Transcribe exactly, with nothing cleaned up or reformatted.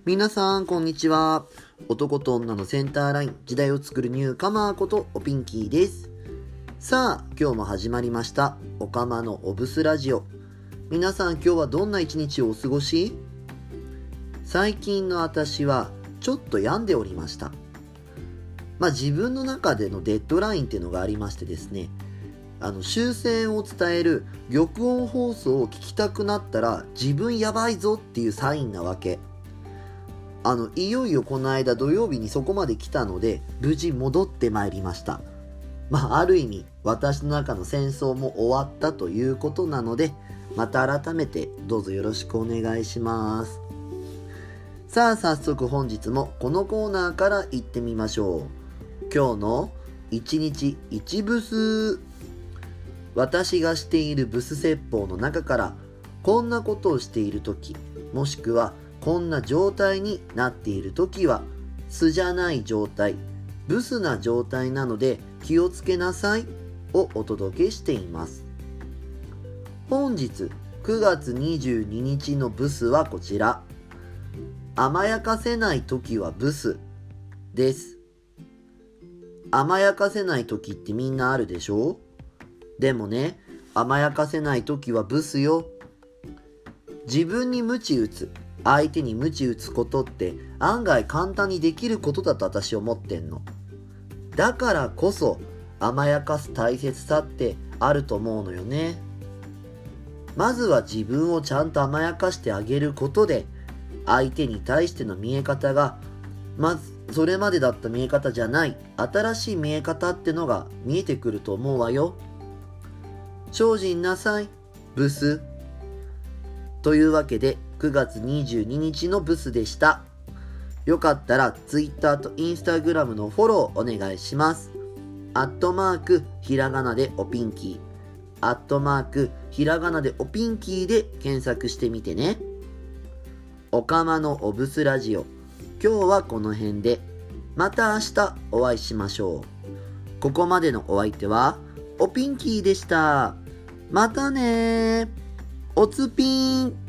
皆さんこんにちは。男と女のセンターライン、時代を作るニューカマーことおピンキーです。さあ今日も始まりましたおかまのおブスラジオ。皆さん今日はどんな一日をお過ごし？最近の私はちょっと病んでおりました。まあ自分の中でのデッドラインっていうのがありましてですね、あの終戦を伝える玉音放送を聞きたくなったら自分やばいぞっていうサインなわけ。あのいよいよこの間土曜日にそこまで来たので無事戻ってまいりました。まあある意味私の中の戦争も終わったということなので、また改めてどうぞよろしくお願いします。さあ早速本日もこのコーナーから行ってみましょう。今日の一日一ブス。私がしているブス説法の中から、こんなことをしているとき、もしくはこんな状態になっているときは素じゃない状態、ブスな状態なので気をつけなさいをお届けしています。本日くがつにじゅうににちのブスはこちら。甘やかせないときはブスです。甘やかせないときってみんなあるでしょ？でもね、甘やかせないときはブスよ。自分に鞭打つ、相手に鞭打つことって案外簡単にできることだと私思ってんの。だからこそ甘やかす大切さってあると思うのよね。まずは自分をちゃんと甘やかしてあげることで、相手に対しての見え方が、まずそれまでだった見え方じゃない新しい見え方ってのが見えてくると思うわよ。精進なさい、ブス。というわけでくがつにじゅうににちのブスでした。よかったら Twitter と Instagram のフォローお願いします。アットマークひらがなでおピンキー、アットマークひらがなでおピンキーで検索してみてね。おかまのおブスラジオ、今日はこの辺で。また明日お会いしましょう。ここまでのお相手はおピンキーでした。またねー。おつぴーん。